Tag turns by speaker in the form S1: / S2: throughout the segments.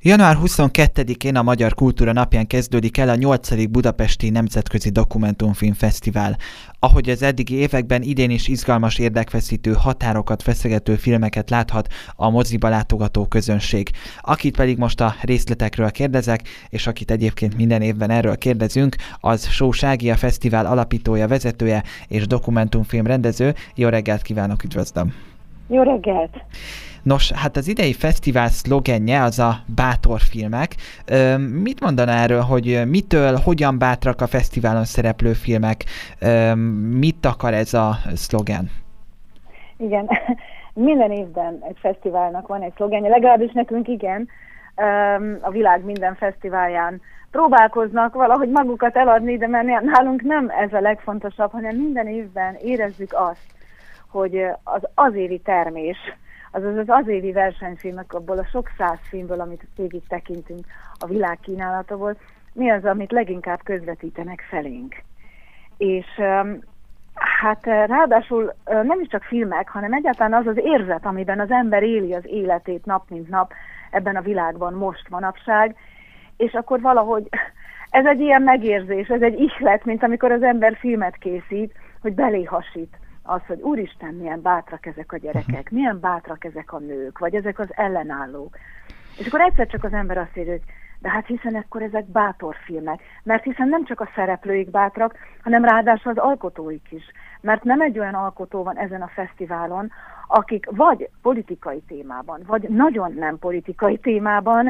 S1: Január 22-én a Magyar Kultúra Napján kezdődik el a 8. Budapesti Nemzetközi Dokumentumfilmfesztivál. Ahogy az eddigi években, idén is izgalmas, érdekfeszítő, határokat feszegető filmeket láthat a moziba látogató közönség. Akit pedig most a részletekről kérdezek, és akit egyébként minden évben erről kérdezünk, az Sós Ági, a fesztivál alapítója, vezetője és dokumentumfilm rendező. Jó reggelt kívánok, üdvözlöm!
S2: Jó reggelt!
S1: Nos, hát az idei fesztivál szlogenje az a bátor filmek. Mit mondaná erről, hogy mitől, hogyan bátrak a fesztiválon szereplő filmek? Mit akar ez a szlogen?
S2: Igen, minden évben egy fesztiválnak van egy szlogenje, legalábbis nekünk igen. A világ minden fesztiválján próbálkoznak valahogy magukat eladni, de mert nálunk nem ez a legfontosabb, hanem minden évben érezzük azt, hogy az évi termés, azaz az évi versenyfilmek, abból a sok száz filmből, amit végig tekintünk a világ kínálatából, mi az, amit leginkább közvetítenek felénk. És hát ráadásul nem is csak filmek, hanem egyáltalán az az érzet, amiben az ember éli az életét nap mint nap ebben a világban most manapság, és akkor valahogy ez egy ilyen megérzés, ez egy ihlet, mint amikor az ember filmet készít, hogy belé hasít az, hogy úristen, milyen bátrak ezek a gyerekek, milyen bátrak ezek a nők, vagy ezek az ellenállók. És akkor egyszer csak az ember azt írja, hogy de hát hiszen akkor ezek bátor filmek, mert hiszen nem csak a szereplőik bátrak, hanem ráadásul az alkotóik is. Mert nem egy olyan alkotó van ezen a fesztiválon, akik vagy politikai témában, vagy nagyon nem politikai témában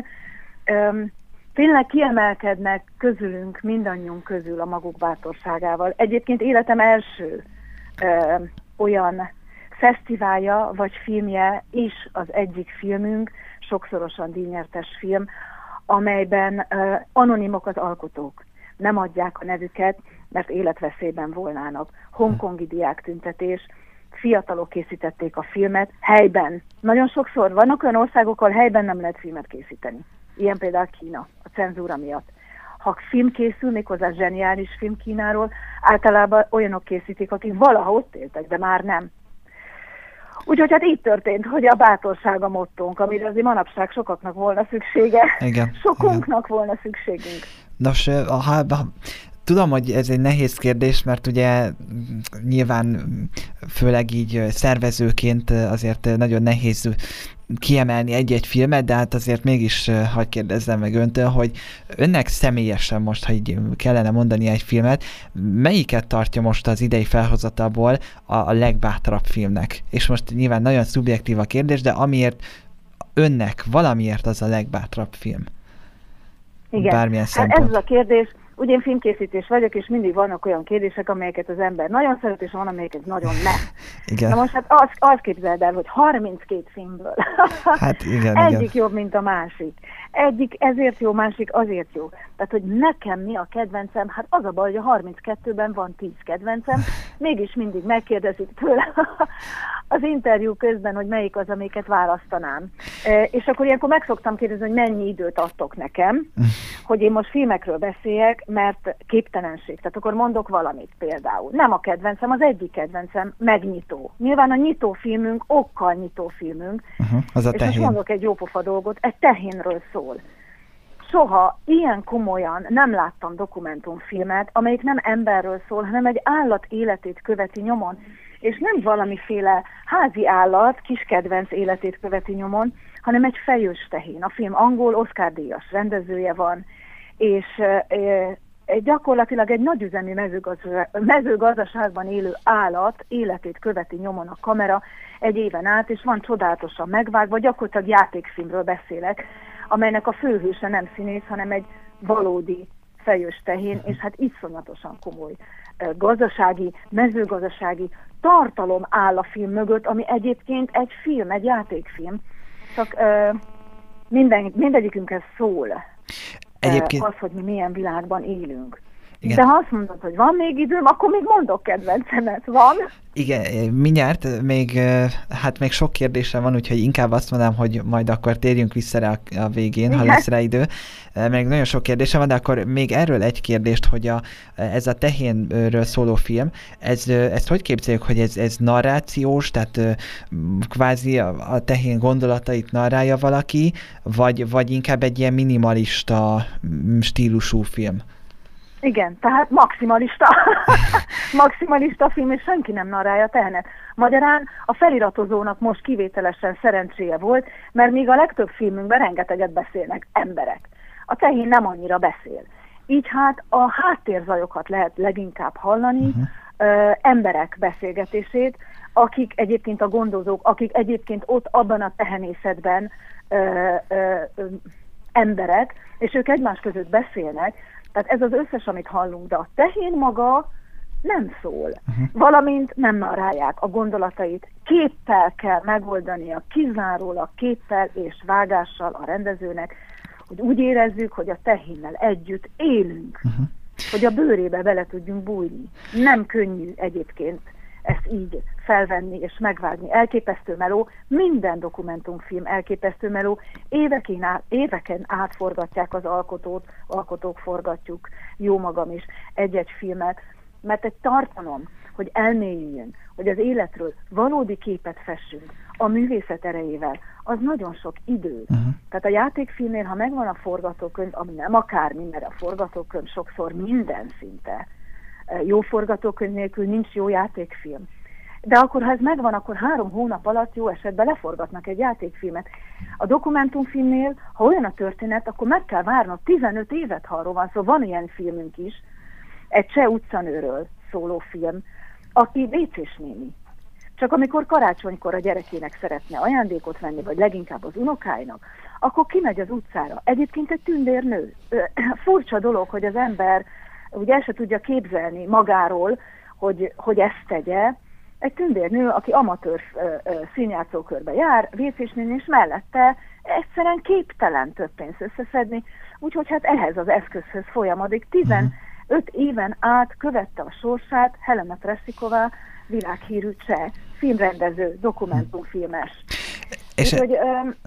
S2: tényleg kiemelkednek közülünk, mindannyiunk közül a maguk bátorságával. Egyébként életem első olyan fesztiválja vagy filmje is az egyik filmünk, sokszorosan díjnyertes film, amelyben anonimok az alkotók. Nem adják a nevüket, mert életveszélyben volnának. Hongkongi diáktüntetés, fiatalok készítették a filmet helyben. Nagyon sokszor vannak olyan országok, ahol helyben nem lehet filmet készíteni. Ilyen például Kína, a cenzúra miatt. Ha film készül, méghozzá zseniális film Kínáról, általában olyanok készítik, akik valaha ott éltek, de már nem. Úgyhogy hát így történt, hogy a bátorság a mottónk, amire azért manapság sokaknak volna szüksége.
S1: Igen,
S2: sokunknak volna szükségünk.
S1: Nos, tudom, hogy ez egy nehéz kérdés, mert ugye nyilván főleg így szervezőként azért nagyon nehéz kiemelni egy-egy filmet, de hát azért mégis hadd kérdezzem meg öntől, hogy önnek személyesen most, ha így kellene mondani egy filmet, melyiket tartja most az idei felhozatából a legbátrabb filmnek? És most nyilván nagyon szubjektív a kérdés, de amiért önnek valamiért az a legbátrabb film?
S2: Igen,
S1: bármilyen
S2: hát
S1: szempont.
S2: ez az a kérdés. Ugye én filmkészítés vagyok, és mindig vannak olyan kérdések, amelyeket az ember nagyon szeret, és van, amelyeket nagyon nem.
S1: Igen.
S2: Na most hát azt képzeld el, hogy 32 filmből
S1: Hát igen,
S2: egyik
S1: igen.
S2: jobb, mint a másik. Egyik ezért jó, másik azért jó. Tehát, hogy nekem mi a kedvencem, hát az a baj, hogy a 32-ben van 10 kedvencem, mégis mindig megkérdezik tőle az interjú közben, hogy melyik az, amiket választanám. És akkor ilyenkor meg szoktam kérdezni, hogy mennyi időt adtok nekem, hogy én most filmekről beszéljek, mert képtelenség. Tehát akkor mondok valamit például. Nem a kedvencem, az egyik kedvencem megnyitó. Nyilván a nyitó filmünk, okkal nyitó filmünk.
S1: Az a
S2: és
S1: tehén.
S2: most mondok egy jópofa dolgot, egy tehénről szól. Soha ilyen komolyan nem láttam dokumentumfilmet, amelyik nem emberről szól, hanem egy állat életét követi nyomon. És nem valamiféle házi állat, kiskedvenc életét követi nyomon, hanem egy fejős tehén. A film angol, Oscar-díjas rendezője van, és gyakorlatilag egy nagyüzemi mezőgazdaságban élő állat életét követi nyomon a kamera egy éven át, és van csodálatosan megvágva, gyakorlatilag játékfilmről beszélek, amelynek a főhőse nem színész, hanem egy valódi fejős tehén, és hát iszonyatosan komoly gazdasági, mezőgazdasági tartalom áll a film mögött, ami egyébként egy film, egy játékfilm, csak mindegyikünkhez szól.
S1: Egyébként...
S2: Az, hogy mi milyen világban élünk. De ha azt mondod, hogy van még időm, akkor még mondok kedvencemet. Van?
S1: Igen, mindjárt, még sok kérdésem van, úgyhogy inkább azt mondom, hogy majd akkor térjünk vissza rá a végén, ha lesz rá idő. Még nagyon sok kérdésem van, de akkor még erről egy kérdést, hogy ez a tehénről szóló film, ezt hogy képzeljük, hogy ez narrációs, tehát kvázi a tehén gondolatait narrálja valaki, vagy inkább egy ilyen minimalista stílusú film?
S2: Igen, tehát maximalista. Maximalista film, és senki nem narrálja tehenet. Magyarán a feliratozónak most kivételesen szerencséje volt, mert még a legtöbb filmünkben rengeteget beszélnek emberek. A tehén nem annyira beszél. Így hát a háttérzajokat lehet leginkább hallani, emberek beszélgetését, akik egyébként a gondozók, akik egyébként ott abban a tehenészetben emberek, és ők egymás között beszélnek. Tehát ez az összes, amit hallunk, de a tehén maga nem szól. Valamint nem narrálják a gondolatait. Képpel kell megoldania, kizárólag képpel és vágással a rendezőnek, hogy úgy érezzük, hogy a tehénnel együtt élünk. Hogy a bőrébe bele tudjunk bújni. Nem könnyű egyébként ezt így felvenni és megvágni. Elképesztő meló, minden dokumentumfilm elképesztő meló, éveken át forgatják az alkotók forgatjuk, jó magam is, egy-egy filmet, mert egy tartalom, hogy elmélyüljön, hogy az életről valódi képet fessünk a művészet erejével, az nagyon sok idő. Tehát a játékfilmnél, ha megvan a forgatókönyv, ami nem akármi, mert a forgatókönyv sokszor minden szinte, jó forgatókönyv nélkül nincs jó játékfilm. De akkor, ha ez megvan, akkor 3 hónap alatt jó esetben leforgatnak egy játékfilmet. A dokumentumfilmnél, ha olyan a történet, akkor meg kell várnod 15 évet, ha arról van szó. Van ilyen filmünk is, egy cseh utcanőről szóló film, aki vécés néni. Csak amikor karácsonykor a gyerekének szeretne ajándékot venni, vagy leginkább az unokáinak, akkor kimegy az utcára. Egyébként egy tündérnő. Furcsa dolog, hogy az ember ugye el se tudja képzelni magáról, hogy ezt tegye. Egy tündérnő, aki amatőr színjátszókörbe jár, vécésnél, és mellette egyszerűen képtelen több pénzt összeszedni, úgyhogy hát ehhez az eszközhöz folyamodik. 15 éven át követte a sorsát Helena Tresiková, világhírű cseh filmrendező, dokumentumfilmes. Úgyhogy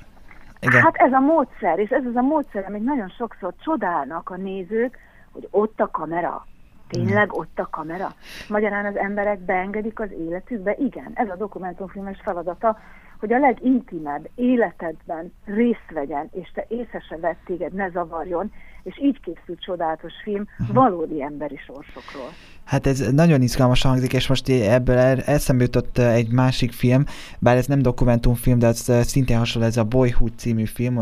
S2: hát ez a módszer, és ez az a módszer, amit nagyon sokszor csodálnak a nézők, hogy ott a kamera. Tényleg ott a kamera? Magyarán az emberek beengedik az életükbe? Igen, ez a dokumentumfilmes feladata, hogy a legintimebb életedben részt vegyen, és te észre se vett téged, ne zavarjon, és így készült csodálatos film valódi emberi sorsokról.
S1: Hát ez nagyon izgalmas hangzik, és most ebből eszembe jutott egy másik film, bár ez nem dokumentumfilm, de az szintén hasonló, ez a Boyhood című film,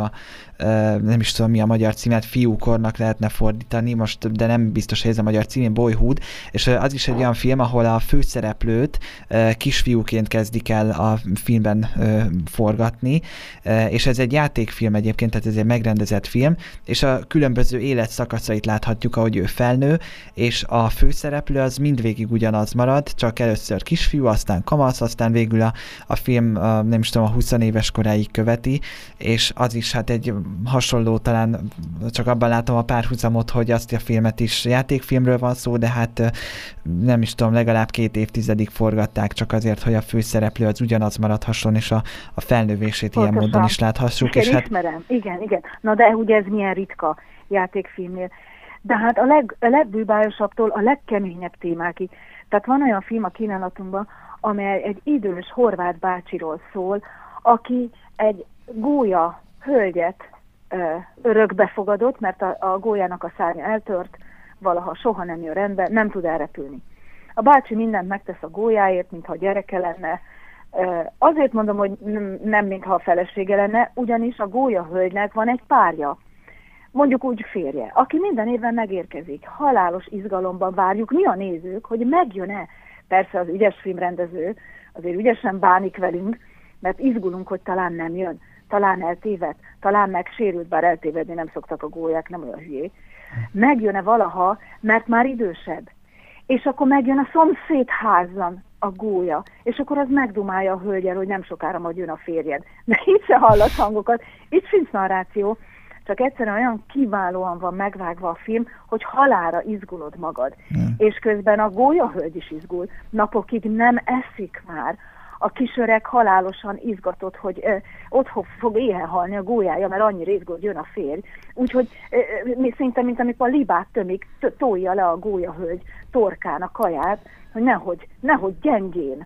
S1: nem is tudom mi a magyar címet, fiúkornak lehetne fordítani, most, de nem biztos, hogy ez a magyar cím, Boyhood, és az is egy olyan film, ahol a főszereplőt kisfiúként kezdik el a filmben forgatni, és ez egy játékfilm egyébként, tehát ez egy megrendezett film, és a különböző életszakaszait láthatjuk, ahogy ő felnő, és a főszereplő az mindvégig ugyanaz marad, csak először kisfiú, aztán kamasz, aztán végül a film nem is tudom, a 20 éves koráig követi, és az is hát egy hasonló, talán csak abban látom a párhuzamot, hogy azt a filmet is játékfilmről van szó, de hát nem is tudom, legalább 2 évtizedig forgatták csak azért, hogy a főszereplő az ugyanaz maradhasson, és a felnövését ilyen módon is láthassuk.
S2: És hát... ismerem, igen. Na de ugye ez milyen ritka játékfilmnél. De hát a legbűbájosabbtól a legkeményebb témákig. Tehát van olyan film a kínálatunkban, amely egy idős horvát bácsiról szól, aki egy gólya hölgyet örökbe fogadott, mert a gólyának a szárnya eltört, valaha soha nem jön rendbe, nem tud elrepülni. A bácsi mindent megtesz a gólyáért, mintha a gyereke lenne. Azért mondom, hogy nem mintha a felesége lenne, ugyanis a gólyahölgynek van egy párja, mondjuk úgy férje, aki minden évben megérkezik. Halálos izgalomban várjuk mi a nézők, hogy megjön-e. Persze az ügyes filmrendező azért ügyesen bánik velünk, mert izgulunk, hogy talán nem jön, talán eltéved, talán megsérült, bár eltévedni nem szoktak a gólyák, nem olyan hülyék. Megjön-e valaha, mert már idősebb. És akkor megjön a szomszéd házban a gólya, és akkor az megdumálja a hölgyel, hogy nem sokára majd jön a férjed. De itt se hallasz hangokat, itt sincs narráció. csak egyszerűen olyan kiválóan van megvágva a film, hogy halálra izgulod magad. És közben a gólyahölgy is izgul, napokig nem eszik már. A kisöreg halálosan izgatott, hogy ott fog éhen halni a gólyája, mert annyira izgul, hogy jön a férj. Úgyhogy szinte, mint amikor a libát tömik, tolja le a gólyahölgy torkán a kaját, hogy nehogy gyengén,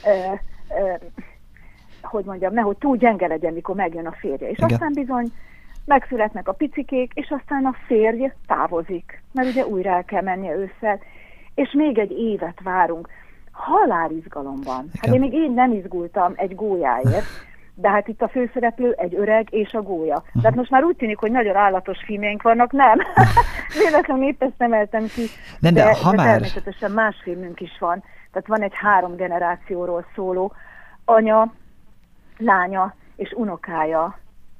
S2: hogy mondjam, nehogy túl gyenge legyen, mikor megjön a férje. És
S1: igen.
S2: Aztán bizony megszületnek a picikék, és aztán a férj távozik, mert ugye újra el kell mennie ősszel, és még egy évet várunk. Halálizgalomban. Hát én még így nem izgultam egy gólyáért, de hát itt a főszereplő egy öreg és a gólya. De hát most már úgy tűnik, hogy nagyon állatos filmjeink vannak, nem? Véletlenül épp ezt emeltem ki, de természetesen más filmünk is van. Tehát van egy 3 generációról szóló anya, lánya és unokája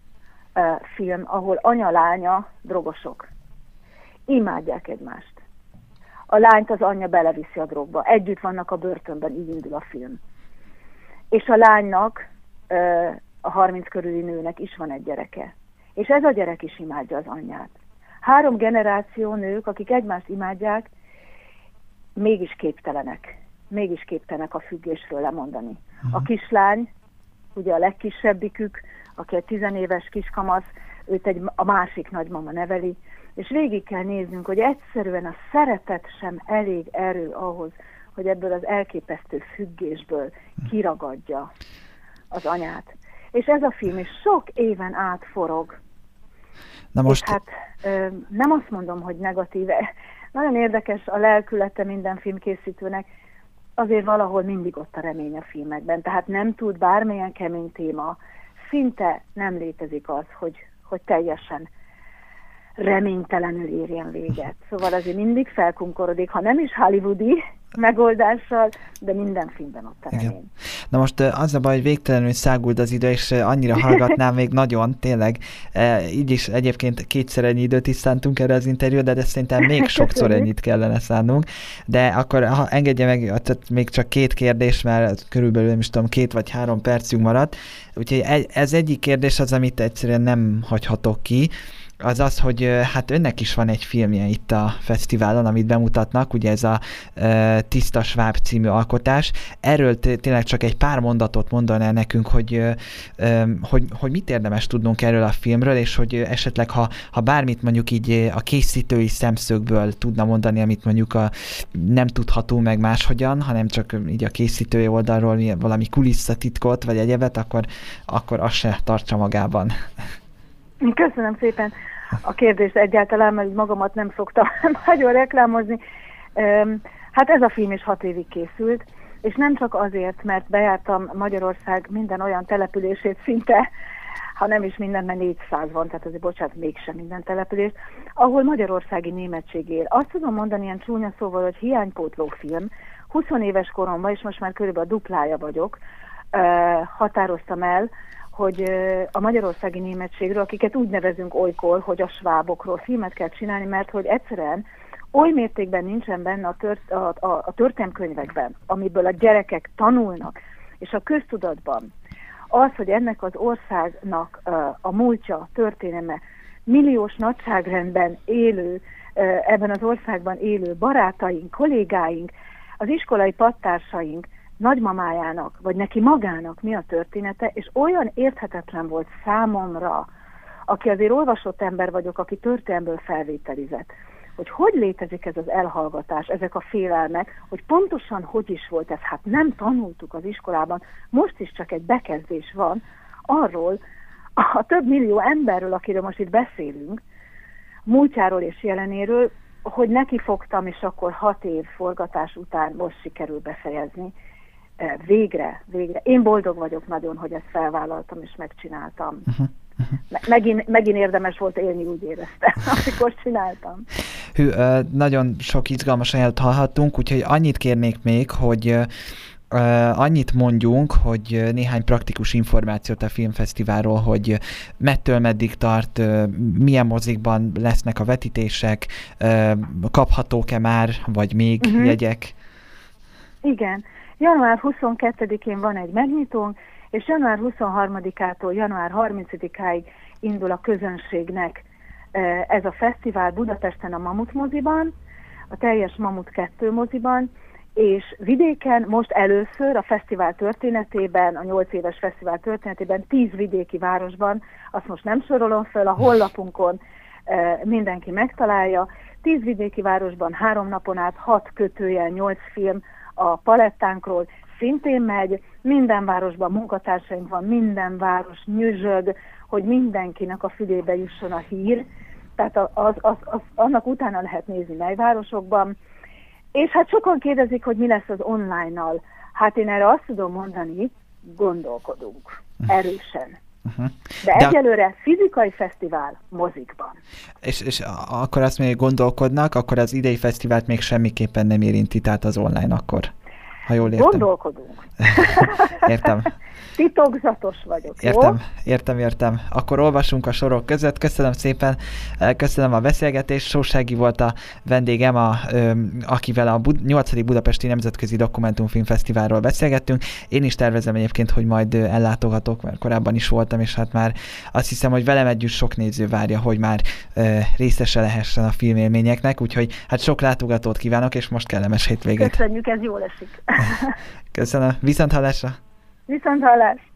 S2: film, ahol anya-lánya drogosok. Imádják egymást. A lányt az anyja beleviszi a drogba. Együtt vannak a börtönben, így indul a film. És a lánynak, a 30 körüli nőnek is van egy gyereke. És ez a gyerek is imádja az anyját. 3 generáció nők, akik egymást imádják, mégis képtelenek a függésről lemondani. A kislány, ugye a legkisebbikük, aki egy 10 éves kiskamasz, őt a másik nagymama neveli, és végig kell néznünk, hogy egyszerűen a szeretet sem elég erő ahhoz, hogy ebből az elképesztő függésből kiragadja az anyát. És ez a film is sok éven át forog.
S1: Na most...
S2: És hát nem azt mondom, hogy negatíve. Nagyon érdekes a lelkülete minden filmkészítőnek, azért valahol mindig ott a remény a filmekben. Tehát nem tud bármilyen kemény téma, szinte nem létezik az, hogy teljesen reménytelenül érjen véget. Szóval azért mindig felkunkorodik, ha nem is hollywoodi megoldással, de minden filmben ott a remény.
S1: Na most az a baj, hogy végtelenül száguld az idő, és annyira hallgatnám még nagyon, tényleg. Így is egyébként 2-szer ennyi időt is szántunk erre az interjúra, de szerintem még sokszor ennyit kellene szánnunk. De akkor engedje meg, még csak 2 kérdés, mert körülbelül nem is tudom, 2 vagy 3 percünk maradt. Úgyhogy ez egyik kérdés az, amit egyszerűen nem hagyhatok ki, az az, hogy hát önnek is van egy filmje itt a fesztiválon, amit bemutatnak, ugye ez a Tiszta Sváb című alkotás. Erről tényleg csak egy pár mondatot mondaná nekünk, hogy mit érdemes tudnunk erről a filmről, és hogy esetleg, ha bármit mondjuk így a készítői szemszögből tudna mondani, amit mondjuk nem tudható meg máshogyan, hanem csak így a készítői oldalról valami kulisszatitkot, vagy egyebet, akkor azt se tartsa magában.
S2: Köszönöm szépen a kérdést egyáltalán, mert magamat nem szoktam nagyon reklámozni. Hát ez a film is 6 évig készült, és nem csak azért, mert bejártam Magyarország minden olyan települését szinte, ha nem is minden, mert 400 van, tehát azért bocsánat, mégsem minden település, ahol magyarországi németség él. Azt tudom mondani ilyen csúnya szóval, hogy hiánypótló film. 20 éves koromban, és most már körülbelül a duplája vagyok, határoztam el, hogy a magyarországi németségről, akiket úgy nevezünk olykor, hogy a svábokról filmet kell csinálni, mert hogy egyszerűen oly mértékben nincsen benne a történelemkönyvekben, amiből a gyerekek tanulnak, és a köztudatban az, hogy ennek az országnak a múltja, történelme, milliós nagyságrendben élő, ebben az országban élő barátaink, kollégáink, az iskolai pattársaink, nagymamájának, vagy neki magának mi a története, és olyan érthetetlen volt számomra, aki azért olvasott ember vagyok, aki történelmből felvételizett, hogy létezik ez az elhallgatás, ezek a félelmek, hogy pontosan hogy is volt ez, hát nem tanultuk az iskolában, most is csak egy bekezdés van arról, a több millió emberről, akiről most itt beszélünk, múltjáról és jelenéről, hogy nekifogtam, és akkor 6 év forgatás után most sikerül befejezni. Végre. Én boldog vagyok nagyon, hogy ezt felvállaltam és megcsináltam. Megint érdemes volt élni, úgy éreztem, amikor csináltam.
S1: Nagyon sok izgalmas ajánlatot hallhattunk, úgyhogy annyit kérnék még, hogy annyit mondjunk, hogy néhány praktikus információt a filmfesztiválról, hogy mettől meddig tart, milyen mozikban lesznek a vetítések, kaphatók-e már, vagy még jegyek?
S2: Igen. Január 22-én van egy megnyitónk, és január 23-ától január 30-áig indul a közönségnek Ez a fesztivál Budapesten a Mamut moziban, a teljes Mamut 2 moziban, és vidéken most először a fesztivál történetében, a 8 éves fesztivál történetében 10 vidéki városban, azt most nem sorolom föl, a honlapunkon mindenki megtalálja, 10 vidéki városban 3 napon át 6+8 film a palettánkról szintén megy, minden városban munkatársaink van, minden város nyüzsög, hogy mindenkinek a fülébe jusson a hír, tehát annak utána lehet nézni, mely városokban. És hát sokan kérdezik, hogy mi lesz az online-nal. Hát én erre azt tudom mondani, gondolkodunk erősen. De egyelőre fizikai fesztivál mozikban.
S1: És akkor azt még gondolkodnak, akkor az idei fesztivált még semmiképpen nem érinti, tehát az online akkor, ha jól értem.
S2: Gondolkodunk.
S1: Értem.
S2: Titokzatos vagyok,
S1: Értem. Akkor olvasunk a sorok között. Köszönöm szépen, köszönöm a beszélgetést. Sósági volt a vendégem, akivel a 8. Budapesti Nemzetközi Dokumentumfilmfesztiválról beszélgettünk. Én is tervezem egyébként, hogy majd ellátogatok, mert korábban is voltam, és hát már azt hiszem, hogy velem együtt sok néző várja, hogy már részese lehessen a filmélményeknek, úgyhogy hát sok látogatót kívánok, és most kellemes hétvégét.
S2: Köszönjük, ez jól esik.
S1: Köszönöm. Viszonthallásra!
S2: Viszonthallás!